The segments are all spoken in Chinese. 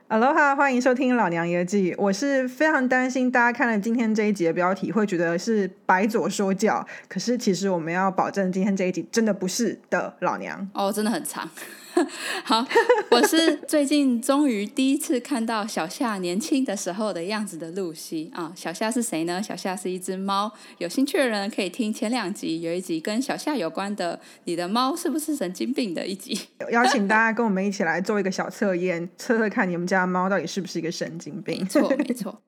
Aloha， 欢迎收听老娘野记。我是非常担心大家看了今天这一集的标题会觉得是白左说教，可是其实我们要保证今天这一集真的不是的老娘。 哦，真的很长。好，我是最近终于第一次看到小夏年轻的时候的样子的露西啊。小夏是谁呢？小夏是一只猫，有興趣的人可以听前2集，有一集跟小夏有关的你的猫是不是神经病的一集。 邀请大家跟我们一起来做一个小测验，测测看你们家的猫到底是不是一个神经病。 没错没错。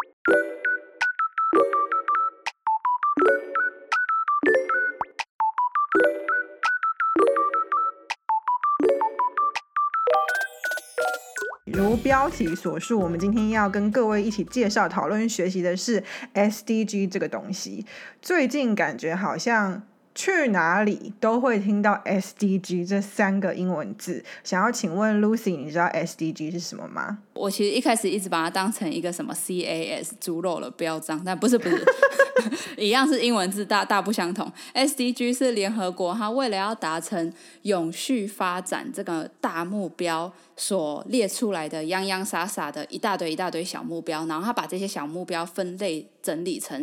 如标题所述，我们今天要跟各位一起介绍、讨论、学习的是 SDG 这个东西。最近感觉好像去哪里都会听到 SDG 这3个英文字，想要请问 Lucy， 你知道 SDG 是什么吗？ 我其实一开始一直把它当成一个什么 CAS 猪肉了标章，但不是一样是英文字，大不相同。 SDG 是联合国它为了要达成永续发展这个大目标所列出来的洋洋洒洒的一大堆小目标，然后它把这些小目标分类整理成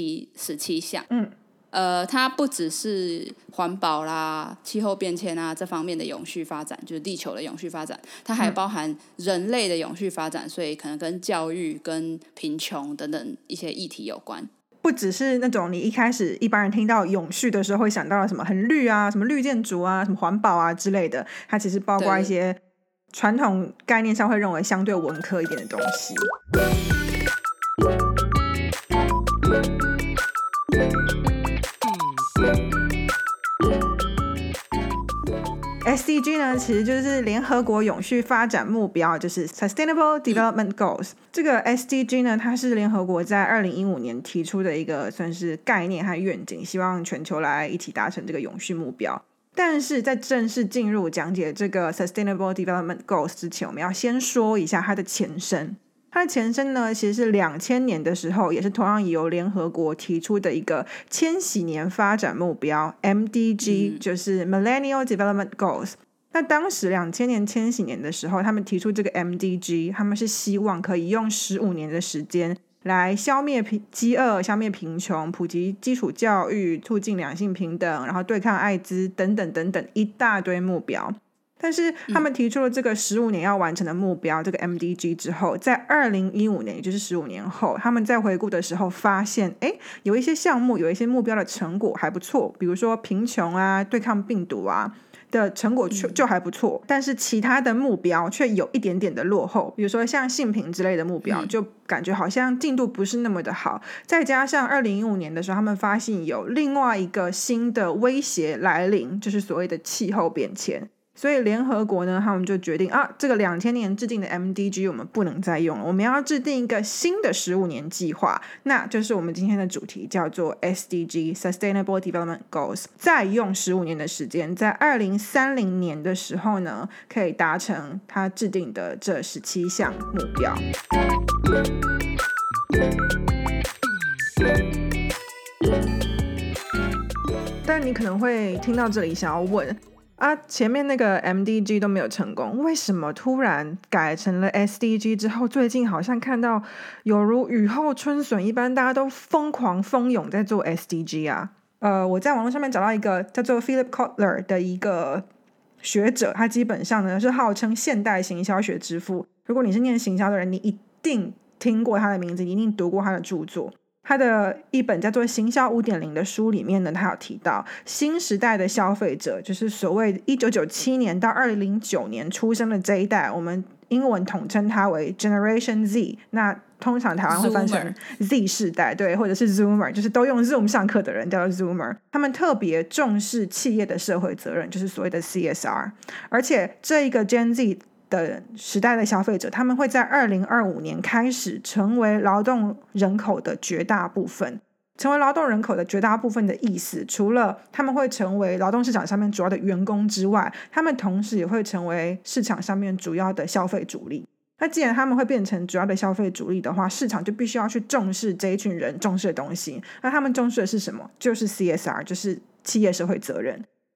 17项。它不只是环保啦、气候变迁啊这方面的永续发展，就是地球的永续发展，它还包含人类的永续发展，所以可能跟教育、跟贫穷等等一些议题有关。 不只是那种你一开始一般人听到永续的时候会想到什么很绿啊、什么绿建筑啊、什么环保啊之類的，它其实包括一些傳統概念上會認為相對文科一點的東西。SDG 呢，其实就是联合国永续发展目标，就是 Sustainable Development Goals。这个 SDG 呢，它是联合国在2015年提出的一个算是概念和愿景，希望全球来一起达成这个永续目标。但是在正式进入讲解这个 Sustainable Development Goals 之前，我们要先说一下它的前身。它的前身呢，其实是2000年的时候，也是同样由联合国提出的一个千禧年发展目标 MDG， 就是 Millennial Development Goals。那当时2000年千禧年的时候，他们提出这个 MDG， 他们是希望可以用15年的时间来消灭饥饿、消灭贫穷、普及基础教育、促进两性平等，然后对抗艾滋等等等等一大堆目标。但是他们提出了这个15年要完成的目标，这个 MDG 之后，在2015年，也就是15年后，他们在回顾的时候发现，有一些项目、有一些目标的成果还不错，比如说贫穷啊、对抗病毒啊的成果就还不错，但是其他的目标却有一点点的落后，比如说像性平之类的目标，就感觉好像进度不是那么的好。再加上2015年的时候，他们发现有另外一个新的威胁来临，就是所谓的气候变迁。所以联合国呢，他们就决定这个2000年制定的 MDG 我们不能再用了，我们要制定一个新的15年计划，那就是我们今天的主题，叫做 SDG Sustainable Development Goals。 再用15年的时间，在2030年的时候呢，可以达成他制定的这17项目标。但你可能会听到这里想要问前面那个 MDG 都没有成功，为什么突然改成了 SDG 之后，最近好像看到有如雨后春笋一般，大家都疯狂蜂拥在做 SDG 啊？我在网络上面找到一个叫做 Philip Kotler 的一个学者，他基本上呢是号称现代行销学之父。如果你是念行销的人，你一定听过他的名字，你一定读过他的著作。他的一本叫做《行销 5.0》的书里面呢，他有提到新时代的消费者，就是所谓1997年到2009年出生的这一代，我们英文统称它为 Generation Z， 那通常台湾会翻成 Z 世代，对，或者是 Zoomer， 就是都用 Zoom 上课的人叫做 Zoomer。 他们特别重视企业的社会责任，就是所谓的 CSR。 而且这一个 Gen Z的时代的消费者，他们会在2025年开始成为劳动人口的绝大部分。成为劳动人口的绝大部分的意思，除了他们会成为劳动市场上面主要的员工之外，他们同时也会成为市场上面主要的消费主力。那既然他们会变成主要的消费主力的话，市场就必须要去重视这一群人重视的东西。那他们重视的是什么？就是 CSR， 就是企业社会责任。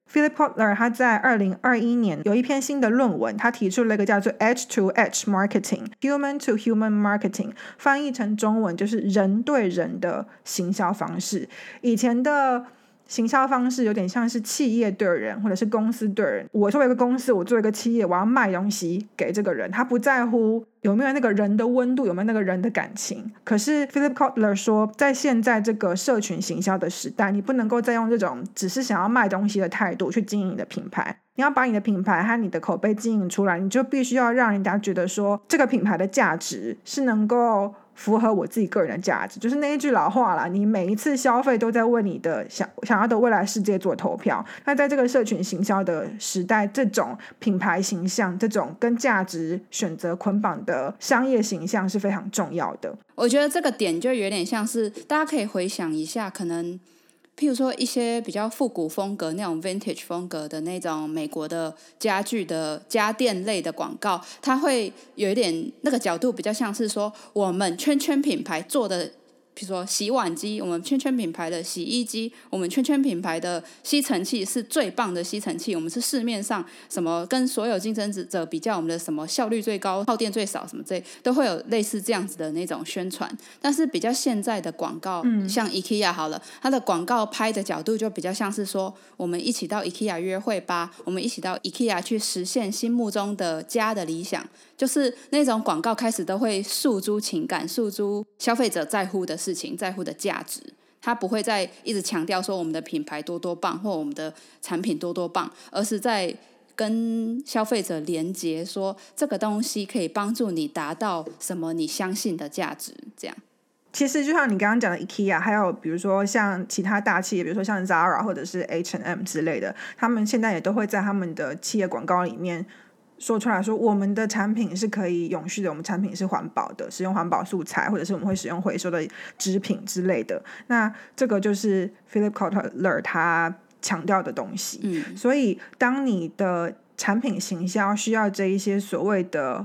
Philip Kotler 他在2021年有一篇新的论文，他提出了一个叫做 Edge to Edge Marketing Human to Human Marketing， 翻译成中文就是人对人的行销方式。以前的行销方式有点像是企业对人或者是公司对人，我作为一个公司，我作为一个企业，我要卖东西给这个人，他不在乎有没有那个人的温度，有没有那个人的感情。可是 Philip Kotler 说，在现在这个社群行销的时代，你不能够再用这种只是想要卖东西的态度去经营你的品牌，你要把你的品牌和你的口碑经营出来，你就必须要让人家觉得说这个品牌的价值是能够符合我自己个人的价值，就是那一句老话啦，你每一次消费都在为你的想要的未来世界做投票。那在这个社群行销的时代，这种品牌形象，这种跟价值选择捆绑的商业形象是非常重要的。 我觉得这个点就有点像是大家可以回想一下，可能譬如说一些比较复古风格那种 vintage 风格的那种美国的家具的家电类的广告，它会有一点那个角度比较像是说我们圈圈品牌做的，比如说洗碗机，我们圈圈品牌的洗衣机，我们圈圈品牌的吸尘器是最棒的吸尘器，我们是市面上什么跟所有竞争者比较，我们的什么效率最高，耗电最少，什么这都会有类似这样子的那种宣传。但是比较现在的广告，像 IKEA 好了，它的广告拍的角度就比较像是说，我们一起到 IKEA 约会吧，我们一起到 IKEA 去实现心目中的家的理想，就是那种广告开始都会诉诸情感，诉诸消费者在乎的事情，在乎的价值。他不会再一直强调说我们的品牌多棒或我们的产品多棒，而是在跟消费者连结，说这个东西可以帮助你达到什么你相信的价值，这样。 其实就像你刚刚讲的 IKEA， 还有比如说像其他大企业，比如说像 Zara 或者是 H&M 之类的，他们现在也都会在他们的企业广告里面说出来说，我们的产品是可以永续的，我们产品是环保的，使用环保素材，或者是我们会使用回收的织品之类的。那这个就是 Philip Kotler 他强调的东西。所以当你的产品行销需要这一些所谓的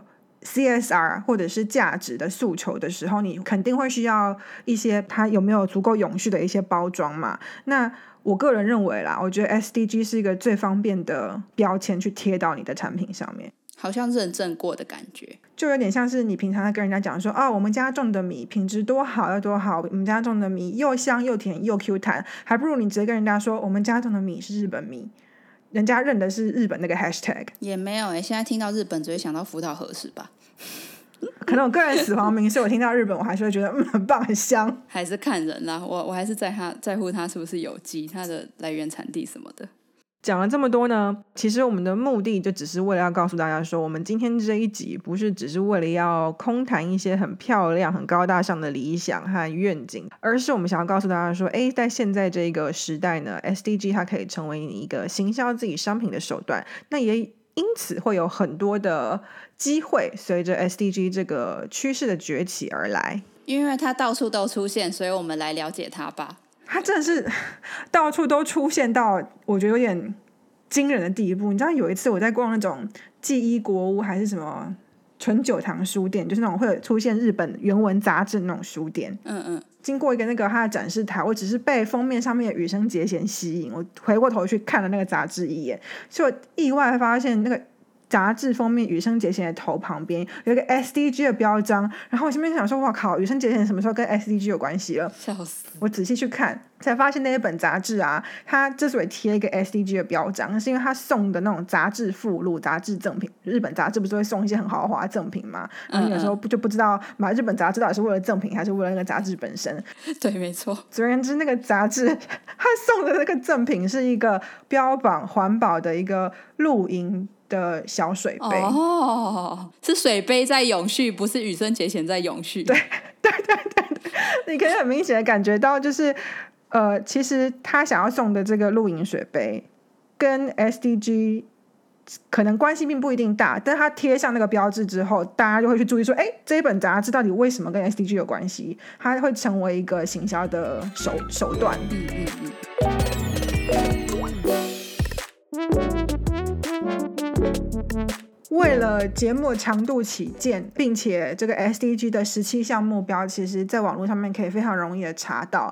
CSR 或者是价值的诉求的时候，你肯定会需要一些它有没有足够永续的一些包装嘛。那我个人认为啦，我觉得 SDG 是一个最方便的标签去贴到你的产品上面， 好像认证过的感觉， 就有点像是你平常在跟人家讲说，我们家种的米品质多好要多好，我们家种的米又香又甜又 Q 弹，还不如你直接跟人家说我们家种的米是日本米，人家认的是日本那个 hashtag。 也没有现在听到日本只会想到福岛核是吧？ 可能我个人死亡名，所以我听到日本我还是会觉得很棒很香。 还是看人啦，我还是在乎它是不是有机，它的来源产地什么的。 讲了这么多呢，其实我们的目的就只是为了要告诉大家说，我们今天这一集不是只是为了要空谈一些很漂亮很高大上的理想和愿景，而是我们想要告诉大家说，在现在这个时代呢， SDG 它可以成为你一个行销自己商品的手段，那也因此会有很多的机会随着 SDG 这个趋势的崛起而来。 因为它到处都出现，所以我们来了解它吧。 它真的是到处都出现到我觉得有点惊人的地步。你知道有一次我在逛那种记忆国屋还是什么纯酒堂书店，就是那种会有出现日本原文杂志那种书店，经过一个它的展示台，我只是被封面上面的羽生结弦吸引，我回过头去看了那个杂志一眼，所以我意外发现那个杂志封面羽生结弦的头旁边有一个 SDG 的标章，然后我心里面想说，哇靠，羽生结弦什么时候跟 SDG 有关系了？ 笑死！ 我仔细去看才发现那一本杂志啊，它之所以贴一个 SDG 的标章，是因为它送的那种杂志附录、杂志赠品，日本杂志不是会送一些很豪华的赠品吗？然后有时候就不知道买日本杂志到底是为了赠品还是为了那个杂志本身。 对，没错。 总而言之，那个杂志它送的那个赠品是一个标榜环保的一个露营的小水杯。 是水杯在永续，不是羽生结弦在永续。 对，你可以很明显的感觉到，就是其实他想要送的这个露营水杯跟 SDG 可能关系并不一定大，但他贴上那个标志之后，大家就会去注意说，这一本杂志到底为什么跟 SDG 有关系？它会成为一个行销的手段。为了节目长度起见，并且这个 SDG 的17项目标，其实在网络上面可以非常容易的查到。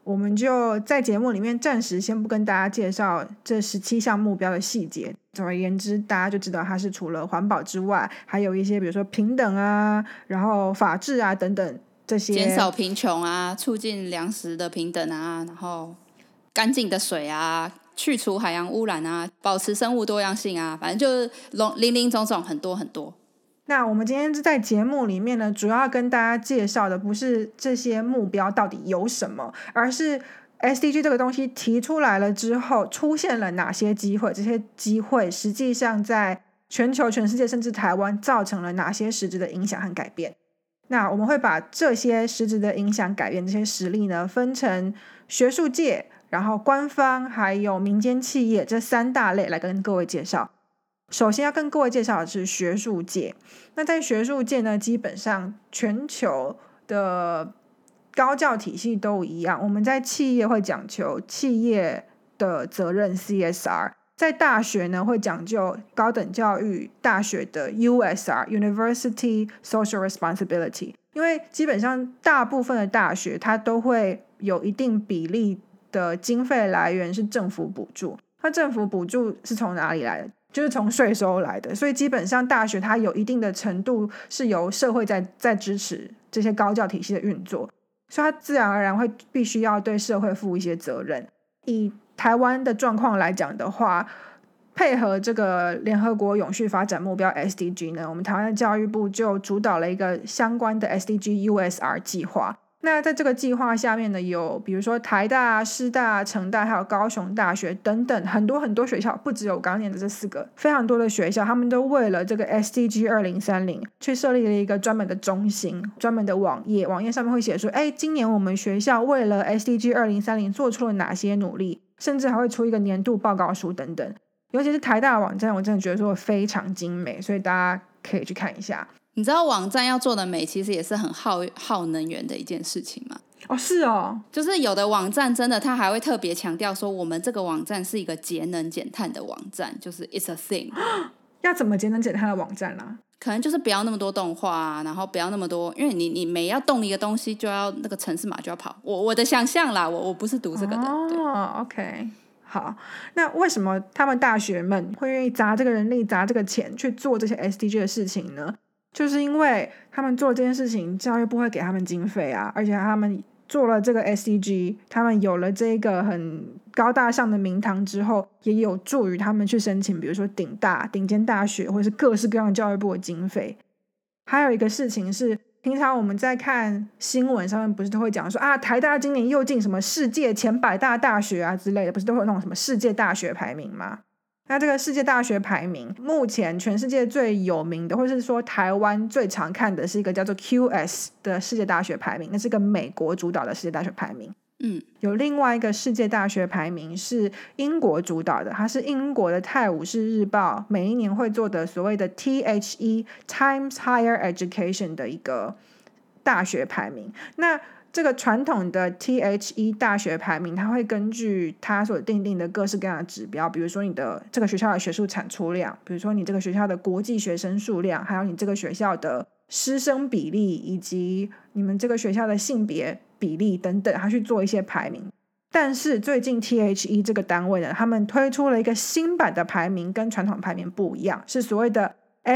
我们就在节目里面暂时先不跟大家介绍这17项目标的细节，总而言之大家就知道它是除了环保之外，还有一些比如说平等啊，然后法治啊等等这些， 减少贫穷啊，促进粮食的平等啊，然后干净的水啊，去除海洋污染啊，保持生物多样性啊，反正就是林林总总很多很多。 那我们今天在节目里面呢，主要跟大家介绍的不是这些目标到底有什么，而是 SDG 这个东西提出来了之后出现了哪些机会，这些机会实际上在全球、全世界甚至台湾造成了哪些实质的影响和改变。那我们会把这些实质的影响改变这些实例呢，分成学术界，然后官方还有民间企业这3大类来跟各位介绍。首先要跟各位介绍的是学术界。那在学术界呢，基本上全球的高教体系都一样，我们在企业会讲求企业的责任 CSR， 在大学呢会讲究高等教育大学的 USR University Social Responsibility， 因为基本上大部分的大学它都会有一定比例的经费来源是政府补助。那政府补助是从哪里来的？就是从税收来的，所以基本上大学它有一定的程度是由社会在支持这些高教体系的运作，所以它自然而然会必须要对社会负一些责任。以台湾的状况来讲的话，配合这个联合国永续发展目标 SDG 呢，我们台湾的教育部就主导了一个相关的 SDG USR 计划。那在这个计划下面呢，有比如说台大、师大、成大还有高雄大学等等很多很多学校，不只有我刚刚念的这4个，非常多的学校，他们都为了这个 SDG 2030去设立了一个专门的中心，专门的网页上面会写说，今年我们学校为了 SDG 2030做出了哪些努力，甚至还会出一个年度报告书等等。尤其是台大的网站，我真的觉得说非常精美，所以大家可以去看一下。 你知道网站要做的美其实也是很耗能源的一件事情吗？ 哦，是哦， 就是有的网站真的他还会特别强调说我们这个网站是一个节能减碳的网站，就是 it's a thing。 要怎么节能减碳的网站啊？ 可能就是不要那么多动画啊，然后不要那么多，因为你每要动一个东西就要那个程式码就要跑，我的想象啦，我不是读这个的。 哦 OK， 好，那为什么他们大学们会愿意砸这个人力砸这个钱去做这些 SDG 的事情呢？就是因为他们做这件事情，教育部会给他们经费啊，而且他们做了这个 SDG， 他们有了这个很高大上的名堂之后，也有助于他们去申请比如说顶尖大学或者是各式各样的教育部的经费。还有一个事情是，平常我们在看新闻上面不是都会讲说啊，台大今年又进什么世界前100大大学啊之类的，不是都会有那种什么世界大学排名吗？那这个世界大学排名，目前全世界最有名的，或是说台湾最常看的是一个叫做 QS 的世界大学排名，那是个美国主导的世界大学排名。有另外一个世界大学排名是英国主导的，它是英国的泰晤士日报每一年会做的所谓的 THE Times Higher Education 的一个大学排名。那这个传统的 THE 大学排名，它会根据它所订定的各式各样的指标，比如说你的这个学校的学术产出量，比如说你这个学校的国际学生数量，还有你这个学校的师生比例，以及你们这个学校的性别比例等等，它去做一些排名。但是最近 THE 这个单位呢，他们推出了一个新版的排名，跟传统排名不一样，是所谓的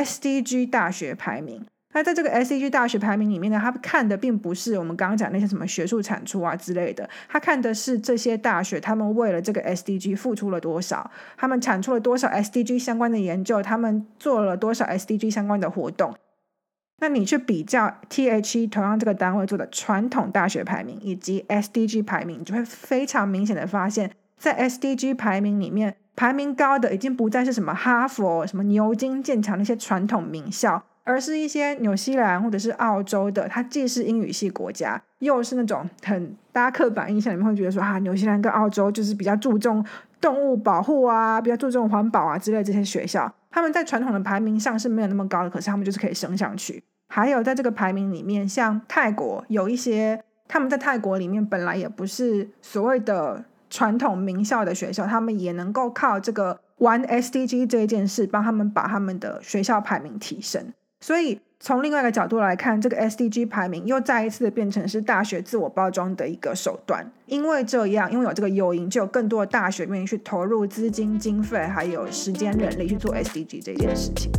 SDG 大学排名。那在这个 SDG 大学排名里面呢，他看的并不是我们刚刚讲那些什么学术产出啊之类的，他看的是这些大学他们为了这个 SDG 付出了多少，他们产出了多少 SDG 相关的研究，他们做了多少 SDG 相关的活动。那你去比较 THE 同样这个单位做的传统大学排名以及 SDG 排名，你就会非常明显的发现，在 SDG 排名里面，排名高的已经不再是什么哈佛、什么牛津、剑桥那些传统名校，而是一些纽西兰或者是澳洲的，它既是英语系国家，又是那种很大家刻板印象里面会觉得说纽西兰跟澳洲就是比较注重动物保护啊，比较注重环保啊之类的这些学校，他们在传统的排名上是没有那么高的，可是他们就是可以升上去。还有在这个排名里面，像泰国有一些他们在泰国里面本来也不是所谓的传统名校的学校，他们也能够靠这个玩 SDG 这一件事帮他们把他们的学校排名提升。所以从另外一个角度来看，这个 SDG 排名又再一次的变成是大学自我包装的一个手段。因为这样，因为有这个诱因，就有更多的大学愿意去投入资金、经费还有时间、人力去做 SDG 这件事情。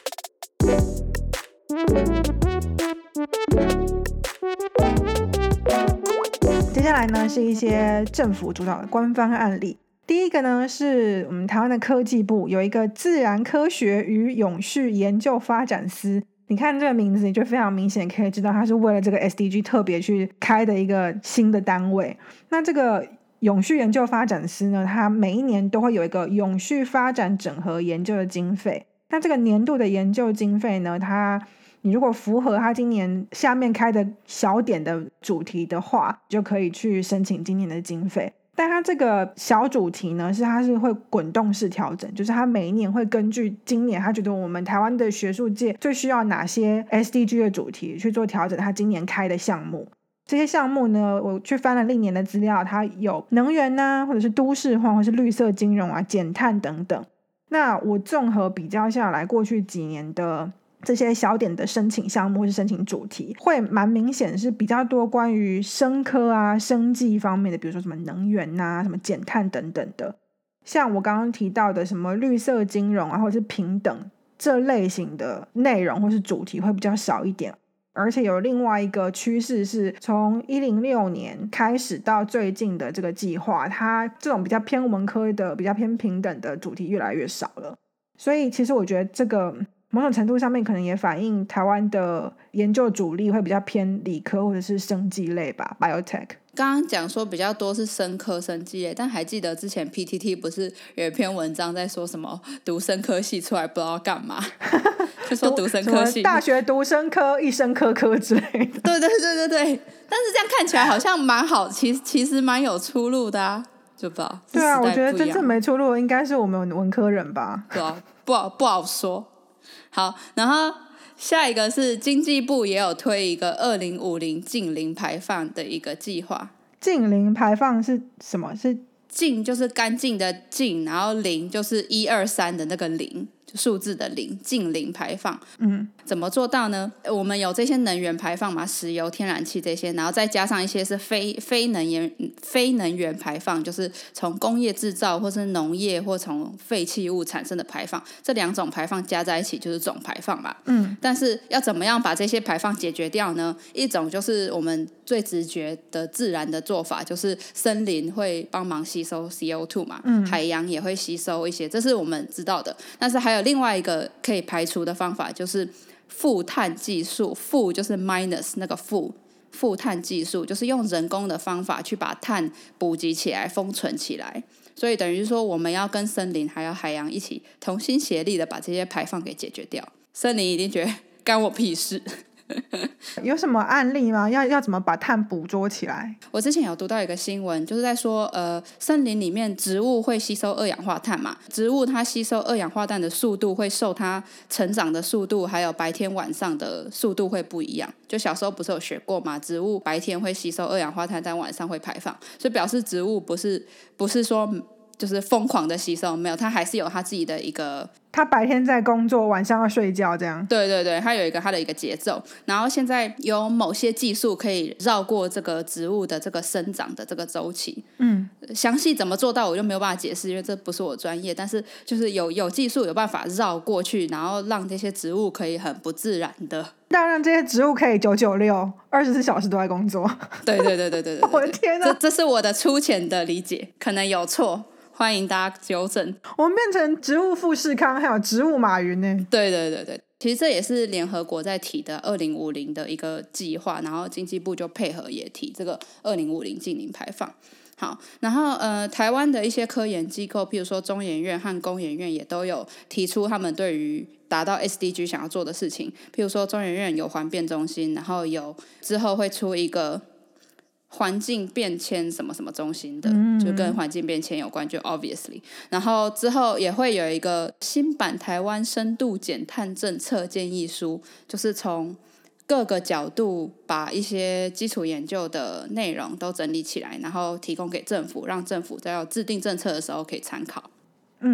接下来呢，是一些政府主导的官方案例。第一个呢，是我们台湾的科技部有一个自然科学与永续研究发展司。你看这个名字，你就非常明显可以知道它是为了这个 SDG 特别去开的一个新的单位。那这个永续研究发展司呢，它每一年都会有一个永续发展整合研究的经费。那这个年度的研究经费呢，你如果符合它今年下面开的小点的主题的话，就可以去申请今年的经费。但它这个小主题呢，它是会滚动式调整，就是它每一年会根据今年他觉得我们台湾的学术界最需要哪些 SDG 的主题去做调整，他今年开的项目。这些项目呢，我去翻了历年的资料，它有能源啊，或者是都市化，或是绿色金融啊，减碳等等。那我综合比较下来，过去几年的这些小点的申请项目或是申请主题，会蛮明显是比较多关于生科啊、生技方面的，比如说什么能源啊、什么减碳等等的。像我刚刚提到的什么绿色金融啊，或者是平等这类型的内容或是主题会比较少一点。而且有另外一个趋势是，从106年开始到最近的这个计划，它这种比较偏文科的、比较偏平等的主题越来越少了。所以其实我觉得这个某种程度上面可能也反映台湾的研究主力会比较偏理科或者是生技类吧 biotech。 刚刚讲说比较多是生科生技类，但还记得之前 PTT 不是有一篇文章在说什么读生科系出来不知道干嘛就说读生科系大学读生科一生科科之类的。 对对对对对，但是这样看起来好像蛮好，其实蛮有出路的啊，就不知道。 对啊，我觉得真正没出路的应该是我们文科人吧。 对啊，不好说。好，然后下一个是经济部也有推一个2050净零排放的一个计划。 净零排放是什么？是净就是干净的净，然后零就是123的那个零，就数字的零，净零排放。怎么做到呢？我们有这些能源排放嘛，石油、天然气这些，然后再加上一些是非能源排放，就是从工业制造或是农业或从废弃物产生的排放，这两种排放加在一起就是总排放嘛。但是要怎么样把这些排放解决掉呢？一种就是我们最直觉的自然的做法，就是森林会帮忙吸收 CO2 嘛，海洋也会吸收一些，这是我们知道的。但是还有另外一个可以排除的方法，就是负碳技术。负就是 minus 那个负碳技术，就是用人工的方法去把碳补给起来、封存起来。所以等于说我们要跟森林还有海洋一起同心协力的把这些排放给解决掉。森林一定觉得干我屁事有什么案例吗？要怎么把碳捕捉起来？ 我之前有读到一个新闻，就是在说森林里面植物会吸收二氧化碳嘛，植物它吸收二氧化碳的速度会受它成长的速度还有白天晚上的速度会不一样。就小时候不是有学过嘛，植物白天会吸收二氧化碳，但晚上会排放，所以表示植物不是说就是疯狂的吸收，没有，它还是有它自己的一个， 他白天在工作，晚上要睡觉，这样。 对对对，它有它的一个节奏。然后现在有某些技术可以绕过这个植物的这个生长的这个周期。详细怎么做到我就没有办法解释，因为这不是我专业。但是就是有技术有办法绕过去，然后让这些植物可以很不自然的， 让这些植物可以996，24小时都在工作。 对对对对对对对， 我的天哪， 这是我的粗浅的理解，可能有错。欢迎大家纠正。 我们变成植物富士康还有植物马云呢。 对对对对，其实这也是联合国在提的2050的一个计划，然后经济部就配合也提这个2050净零排放。好，然后台湾的一些科研机构，譬如说中研院和工研院也都有提出他们对于达到 SDG 想要做的事情。譬如说中研院有环变中心，然后之后会出一个环境变迁什么什么中心的，就跟环境变迁有关，就 obviously。然后之后也会有一个新版台湾深度减碳政策建议书，就是从各个角度把一些基础研究的内容都整理起来，然后提供给政府，让政府在要制定政策的时候可以参考。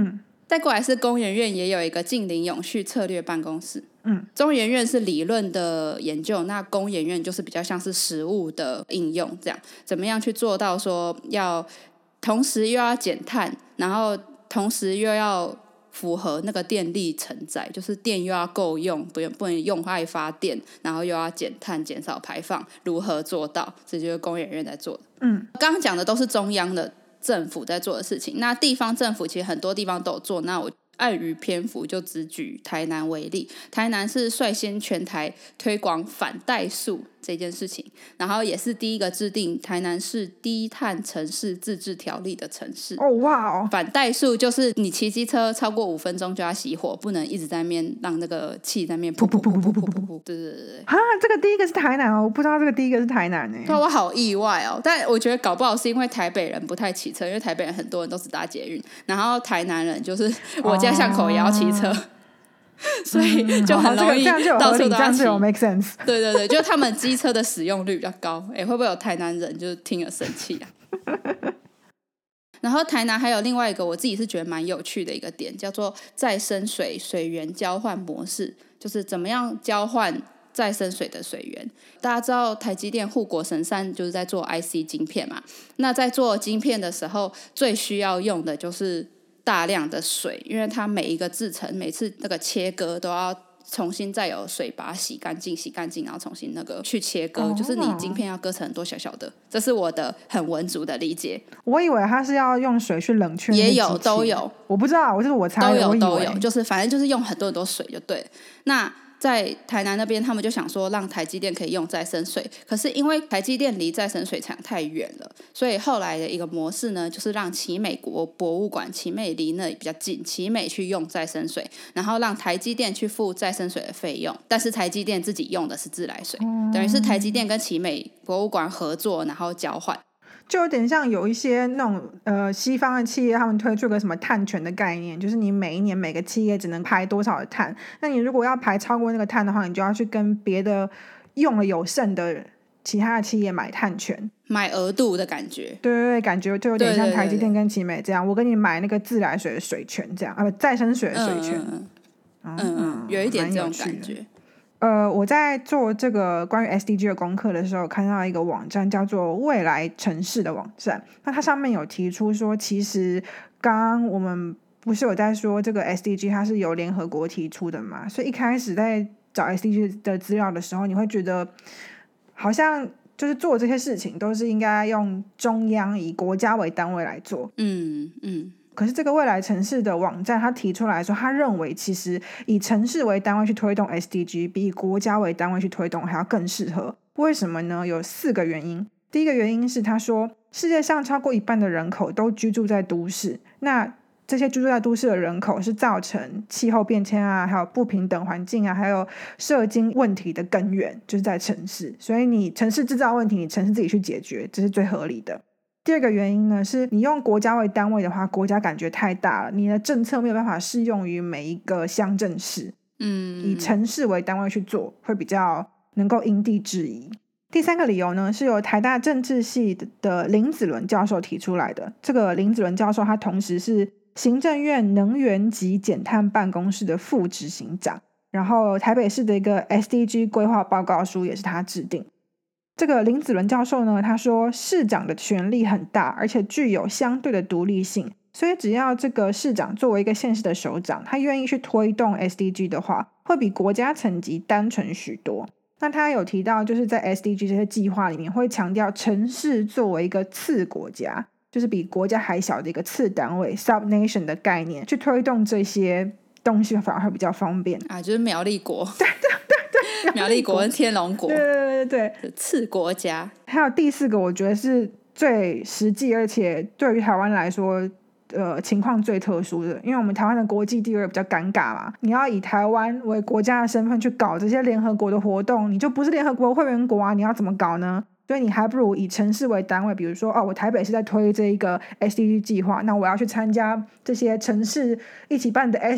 再过来是工研院也有一个近邻永续策略办公室。中研院是理论的研究，那工研院就是比较像是实务的应用，这样怎么样去做到说要同时又要减碳，然后同时又要符合那个电力承载，就是电又要够用，不能用爱发电，然后又要减碳减少排放，如何做到？这就是工研院在做的。刚刚讲的都是中央的政府在做的事情，那地方政府其实很多地方都有做，那我碍于篇幅就只举台南为例。台南是率先全台推广反怠速这件事情，然后也是第一个制定台南市低碳城市自治条例的城市。反怠速就是你骑机车超过5分钟就要熄火，不能一直在那边让那个气在那边噗噗噗噗噗噗噗。对对对。 这个第一个是台南哦，我不知道这个第一个是台南耶。 对，我好意外哦。但我觉得搞不好是因为台北人不太骑车，因为台北人很多人都只搭捷运，然后台南人就是我家巷口也要骑车。所以就很容易到处都要骑， 这样就有 make sense。 对对对，就他们机车的使用率比较高。会不会有台南人就是听了生气啊？然后台南还有另外一个我自己是觉得蛮有趣的一个点，叫做再生水水源交换模式，就是怎么样交换再生水的水源。大家知道台积电护国神山就是在做 IC 晶片嘛，那在做晶片的时候最需要用的就是大量的水，因为它每一个制程每次那个切割都要重新再有水把它洗干净，然后重新那个去切割，就是你晶片要割成很多小小的。这是我的很文组的理解。 我以为它是要用水去冷却， 也有都有， 我不知道，我猜都有，就是反正就是用很多很多水就对了。那在台南那边他们就想说让台积电可以用再生水，可是因为台积电离再生水厂太远了，所以后来的一个模式呢，就是让奇美国博物馆，奇美离那里比较近，奇美去用再生水，然后让台积电去付再生水的费用，但是台积电自己用的是自来水，等于是台积电跟奇美博物馆合作，然后交换。 就有点像有一些那种西方的企业，他们推出个什么碳权的概念，就是你每一年每个企业只能排多少的碳，那你如果要排超过那个碳的话，你就要去跟别的用了有剩的其他的企业买碳权，买额度的感觉。 对对对，感觉就有点像台积电跟奇美这样，我跟你买那个自来水的水权这样，再生水的水权。 有一点这种感觉。 我在做这个关于 SDG 的功课的时候，看到一个网站叫做未来城市的网站，那它上面有提出说，其实刚刚我们不是有在说这个 SDG 它是由联合国提出的嘛，所以一开始在找 SDG 的资料的时候，你会觉得好像就是做这些事情都是应该用中央以国家为单位来做。可是这个未来城市的网站他提出来说，他认为其实以城市为单位去推动 SDG 比以国家为单位去推动还要更适合。为什么呢？有4个原因。第一个原因是他说世界上超过1半的人口都居住在都市，那这些居住在都市的人口是造成气候变迁啊，还有不平等环境啊，还有社经问题的根源就是在城市，所以你城市制造问题，你城市自己去解决，这是最合理的。第二个原因呢，是你用国家为单位的话，国家感觉太大了，你的政策没有办法适用于每一个乡镇市。以城市为单位去做，会比较能够因地制宜。第3个理由呢，是由台大政治系的林子伦教授提出来的。这个林子伦教授他同时是行政院能源及减碳办公室的副执行长，然后台北市的一个 SDG 规划报告书也是他制定。这个林子伦教授呢，他说市长的权力很大，而且具有相对的独立性，所以只要这个市长作为一个县市的首长，他愿意去推动 SDG 的话，会比国家层级单纯许多。那他有提到就是在 SDG 这些计划里面会强调城市作为一个次国家，就是比国家还小的一个次单位 subnation 的概念，去推动这些东西反而会比较方便啊，就是苗栗国。 对对对对， 苗栗国跟天龙国， 对对对对， 次国家。 还有第4个我觉得是最实际，而且对于台湾来说情况最特殊的，因为我们台湾的国际地位比较尴尬嘛，你要以台湾为国家的身份去搞这些联合国的活动，你就不是联合国会员国啊，你要怎么搞呢？所以你还不如以城市为单位，比如说我台北是在推这一个 SDG 计划，那我要去参加这些城市一起办的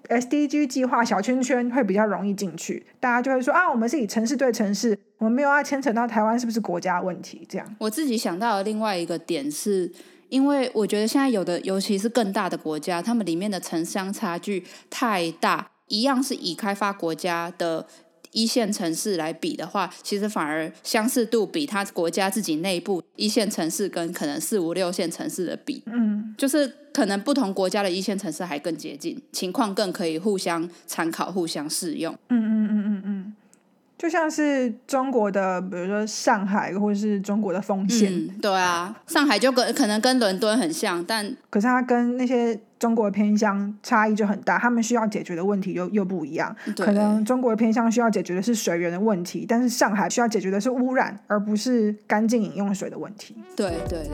SDG 计划小圈圈，会比较容易进去，大家就会说我们是以城市对城市，我们没有要牵扯到台湾是不是国家问题这样。 我自己想到的另外一个点是， 因为我觉得现在有的尤其是更大的国家，他们里面的城乡差距太大，一样是以开发国家的一线城市来比的话，其实反而相似度比他国家自己内部一线城市跟可能4、5、6线城市的比，就是可能不同国家的一线城市还更接近，情况更可以互相参考、互相适用。 就像是中国的比如说上海或者是中国的丰县， 对啊，上海就可能跟伦敦很像，但可是它跟那些中国的偏乡差异就很大，他们需要解决的问题又不一样。可能中国的偏乡需要解决的是水源的问题，但是上海需要解决的是污染，而不是干净饮用水的问题。 对。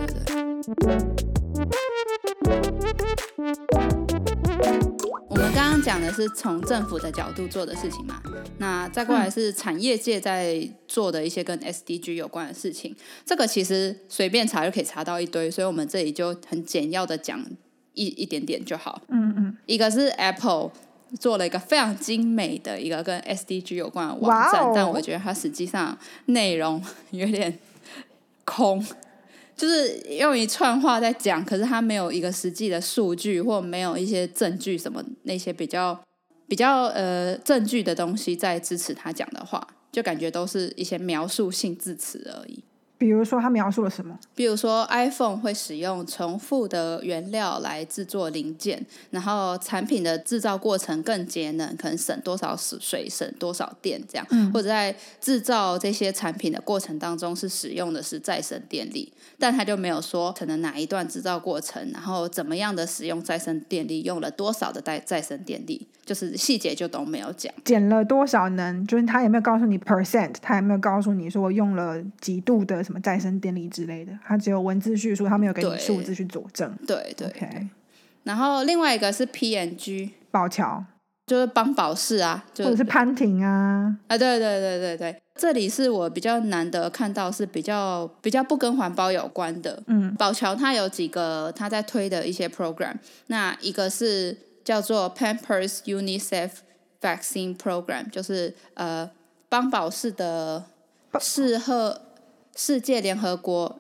我们刚刚讲的是从政府的角度做的事情嘛，那再过来是产业界在做的一些跟 SDG 有关的事情。这个其实随便查就可以查到一堆，所以我们这里就很简要的讲一点点就好。一个是 Apple 做了一个非常精美的一个跟 SDG 有关的网站，但我觉得它实际上内容有点空，就是用一串话在讲，可是它没有一个实际的数据，或没有一些证据什么那些比较证据的东西在支持他讲的话，就感觉都是一些描述性字词而已。 比如说他描述了什么？ 比如说 iPhone 会使用重复的原料来制作零件，然后产品的制造过程更节能，可能省多少水，省多少电这样，或者在制造这些产品的过程当中是使用的是再生电力，但他就没有说可能哪一段制造过程，然后怎么样的使用再生电力，用了多少的再生电力，就是细节就都没有讲。 减了多少能，就是他也没有告诉你 percent， 他也没有告诉你说用了几度的什么再生电力之类的，他只有文字叙述，他没有给你数字去佐证。 对。 Okay。 然后另外一个是 P&G 宝乔， 就是帮宝适啊，或者是潘婷啊。 对，这里是我比较难得看到是比较不跟环保有关的。宝乔它有几个他在推的一些 program， 那一个是叫做 Pampers UNICEF Vaccine Program， 就是帮宝适的世界联合国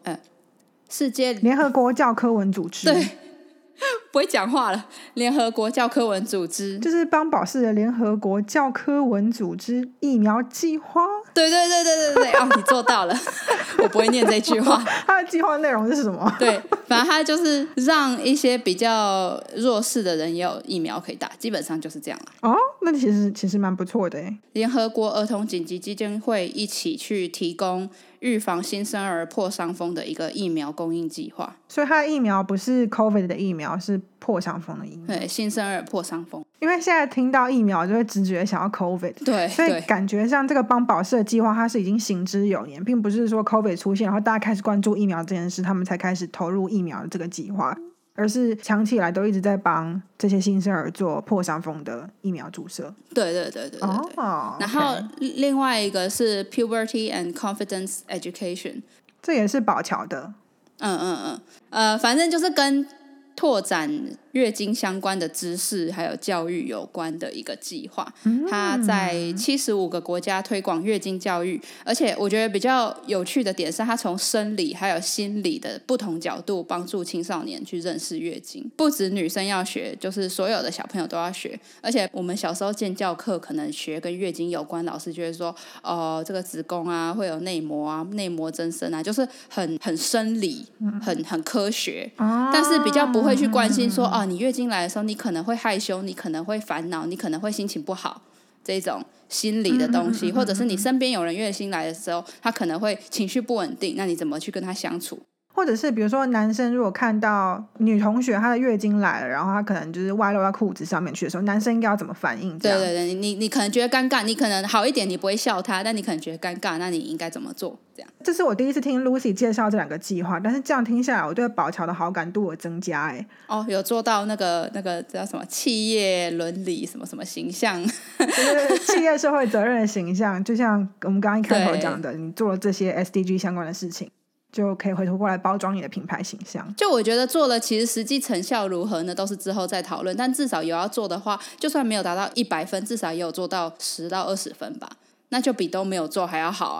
教科文组织。 对，不会讲话了。联合国教科文组织就是帮宝适的联合国教科文组织疫苗计划。 对哦，你做到了。我不会念这句话。 它的计划内容是什么？ 对，反正它就是让一些比较弱势的人也有疫苗可以打，基本上就是这样了。 哦，那其实蛮不错的耶。 联合国儿童紧急基金会一起去提供预防新生儿破伤风的一个疫苗供应计划。 所以它的疫苗不是 COVID 的疫苗，是破伤风的疫苗。 对，新生儿破伤风。 因为现在听到疫苗就会直觉想要 COVID， 对， 所以感觉像这个帮宝适的计划它是已经行之有年，并不是说 COVID 出现然后大家开始关注疫苗这件事他们才开始投入疫苗的这个计划，而是长期以来都一直在帮这些新生儿做破伤风的疫苗注射。 对。然后另外一个是 Puberty and Confidence Education， 这也是宝乔的。 反正就是跟拓展月经相关的知识还有教育有关的一个计划。它在75个国家推广月经教育，而且我觉得比较有趣的点是它从生理还有心理的不同角度帮助青少年去认识月经。不止女生要学，就是所有的小朋友都要学。而且我们小时候建教课可能学跟月经有关，老师就会说这个子宫啊会有内膜啊，内膜增生啊，就是很生理很科学。但是比较不会去关心说你月经来的时候你可能会害羞，你可能会烦恼，你可能会心情不好，这种心理的东西，或者是你身边有人月经来的时候他可能会情绪不稳定，那你怎么去跟他相处。 或者是比如说男生如果看到女同学她的月经来了，然后她可能就是外露到裤子上面去的时候，男生应该要怎么反应？ 对，你可能觉得尴尬，你可能好一点你不会笑他，但你可能觉得尴尬，那你应该怎么做？这样。 这是我第一次听 Lucy 介绍这两个计划，但是这样听下来我对宝乔的好感度有增加。 有做到那个叫什么企业伦理什么什么形象， 就是企业社会责任的形象，就像我们刚刚一开头讲的，你做了这些 SDG 相关的事情，就可以回头过来包装你的品牌形象。 就我觉得做了，其实实际成效如何呢，都是之后再讨论。但至少有要做的话，就算没有达到100分，至少也有做到10到20分吧，那就比都没有做还要好啊。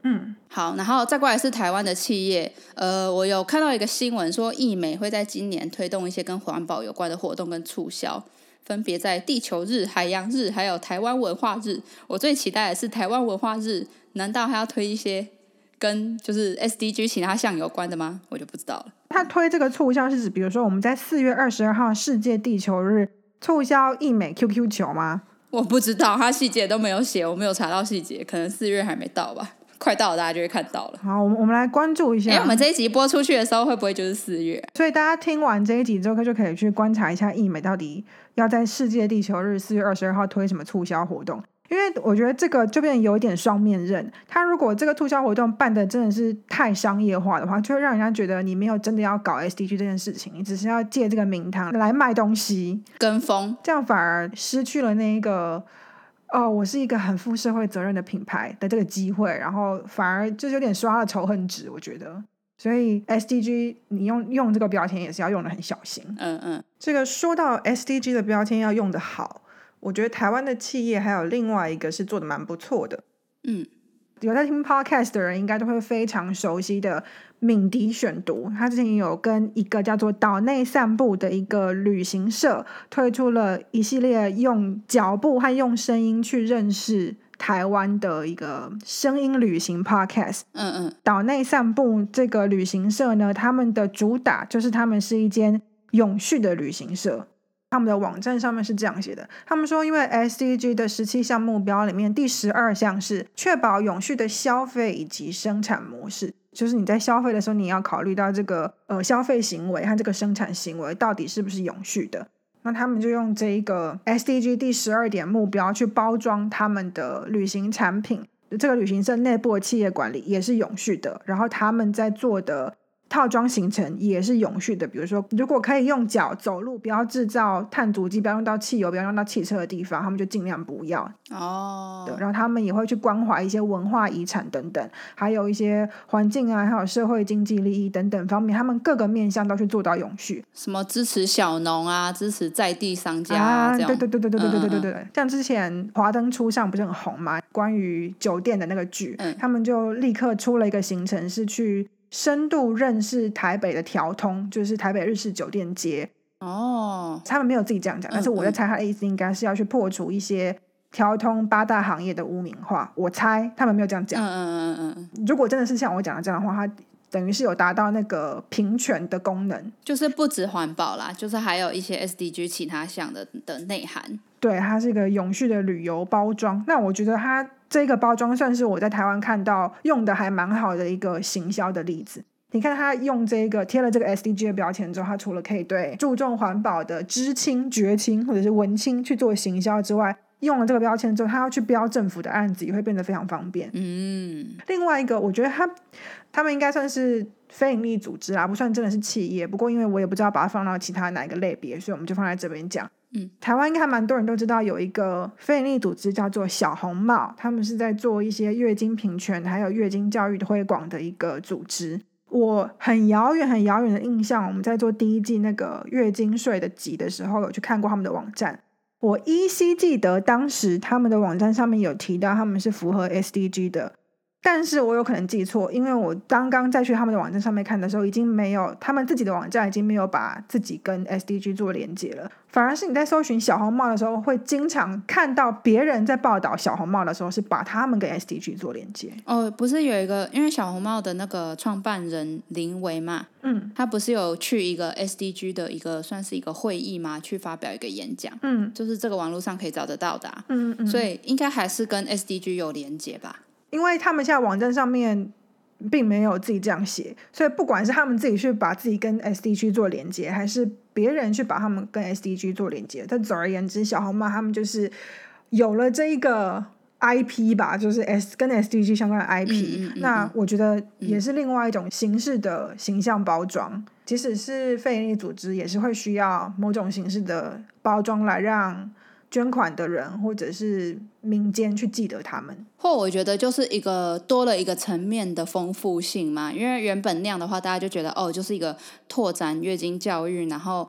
好，然后再过来是台湾的企业，我有看到一个新闻说，义美会在今年推动一些跟环保有关的活动跟促销，分别在地球日、海洋日还有台湾文化日。我最期待的是台湾文化日，难道还要推一些跟就是 SDG 其他项有关的吗？我就不知道了。 他推这个促销是指，比如说我们在4月22号世界地球日促销义美 QQ 球吗？ 我不知道，他细节都没有写，我没有查到细节，可能4月还没到吧。快到了，大家就会看到了。 好，我们来关注一下。 我们这一集播出去的时候，会不会就是4月？ 所以大家听完这一集之后，就可以去观察一下义美到底要在世界地球日4月22号推什么促销活动。因为我觉得这个就变得有一点双面刃，他如果这个促销活动办的真的是太商业化的话，就会让人家觉得你没有真的要搞 SDG 这件事情，你只是要借这个名堂来卖东西跟风， 这样反而失去了那一个我是一个很负社会责任的品牌的这个机会，然后反而就是有点刷了仇恨值，我觉得。所以 SDG 你用这个标签也是要用的很小心。这个说到 SDG 的标签要用的好，我觉得台湾的企业还有另外一个是做的蛮不错的。有在听 podcast 的人应该都会非常熟悉的敏迪选读，他之前有跟一个叫做岛内散步的一个旅行社推出了一系列用脚步和用声音去认识台湾的一个声音旅行 podcast。岛内散步这个旅行社呢，他们的主打就是他们是一间永续的旅行社。他们的网站上面是这样写的，他们说因为 SDG 的17项目标里面第12项是确保永续的消费以及生产模式，就是你在消费的时候你要考虑到这个消费行为和这个生产行为到底是不是永续的。那他们就用这一个 SDG 第12点目标去包装他们的旅行产品，这个旅行社内部的企业管理也是永续的，然后他们在做的套装行程也是永续的，比如说如果可以用脚走路，不要制造碳足迹，不要用到汽油，不要用到汽车的地方，他们就尽量不要。然后他们也会去关怀一些文化遗产等等，还有一些环境啊，还有社会经济利益等等方面，他们各个面向都去做到永续。 什么支持小农啊，支持在地商家这样。 对，像之前华灯初上不是很红吗？关于酒店的那个剧，他们就立刻出了一个行程，是去深度认识台北的条通，就是台北日式酒店街。他们没有自己这样讲，但是我在猜他的意思应该是要去破除一些条通8大行业的污名化，我猜他们没有这样讲。如果真的是像我讲的这样的话，他等于是有达到那个平权的功能， 就是不止环保啦，就是还有一些 SDG 其他项的内涵。 对，它是一个永续的旅游包装。那我觉得它这个包装算是我在台湾看到用的还蛮好的一个行销的例子。你看他用这个贴了这个 SDG 的标签之后，他除了可以对注重环保的知青、绝青或者是文青去做行销之外，用了这个标签之后，他要去标政府的案子也会变得非常方便。另外一个我觉得他们应该算是非营利组织啦，不算真的是企业，不过因为我也不知道把它放到其他哪一个类别，所以我们就放在这边讲。台湾应该还蛮多人都知道有一个非营利组织叫做小红帽，他们是在做一些月经平权还有月经教育推广的一个组织。我很遥远的印象，我们在做第一季那个月经税的集的时候有去看过他们的网站，我依稀记得当时他们的网站上面有提到他们是符合 SDG 的，但是我有可能记错，因为我刚刚再去他们的网站上面看的时候，已经没有他们自己的网站已经没有把自己跟 SDG 做连结了，反而是你在搜寻小红帽的时候会经常看到别人在报道小红帽的时候是把他们跟 SDG 做连结。 不是有一个，因为小红帽的那个创办人林维嘛，他不是有去一个 SDG 的一个算是一个会议嘛，去发表一个演讲，就是这个网络上可以找得到的所以应该还是跟 SDG 有连结吧。 因为他们现在网站上面并没有自己这样写，所以不管是他们自己去把自己跟 SDG 做连接，还是别人去把他们跟 SDG 做连接，但总而言之，小红帽他们就是有了这一个 IP 吧，就是跟 SDG 相关的 IP。那我觉得也是另外一种形式的形象包装，即使是非营利组织，也是会需要某种形式的包装来让捐款的人或者是民间去记得他们， 或我觉得就是一个多了一个层面的丰富性嘛，因为原本那样的话大家就觉得就是一个拓展月经教育，然后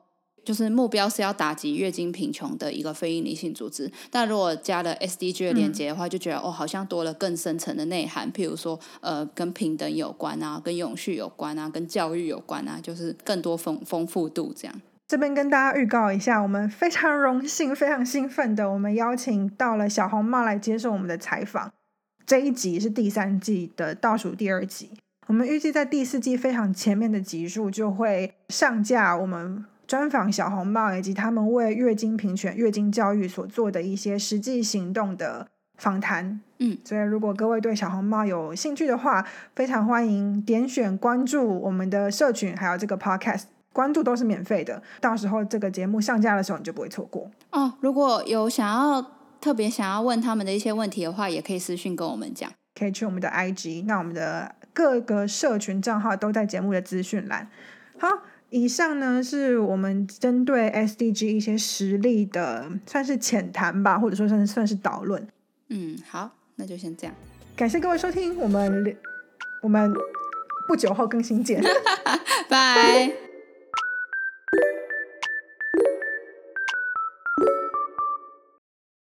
就是目标是要打击月经贫穷的一个非营利性组织。但如果加了 SDG 的连结的话，就觉得好像多了更深层的内涵，譬如说跟平等有关啊，跟永续有关啊，跟教育有关啊，就是更多丰富度这样。 这边跟大家预告一下，我们非常荣幸非常兴奋的，我们邀请到了小红帽来接受我们的采访。这一集是第3季的倒数第2集，我们预计在第4季非常前面的集数就会上架我们专访小红帽以及他们为月经平权、月经教育所做的一些实际行动的访谈。所以如果各位对小红帽有兴趣的话，非常欢迎点选关注我们的社群还有这个 podcast，关注都是免费的，到时候这个节目上架的时候你就不会错过如果有特别想要问他们的一些问题的话，也可以私讯跟我们讲， 可以去我们的 IG， 那我们的各个社群账号都在节目的资讯栏。好，以上呢是我们针对 SDG 一些实例的算是浅谈吧，或者说算是导论。 好，那就先这样， 感谢各位收听，我们不久后更新见拜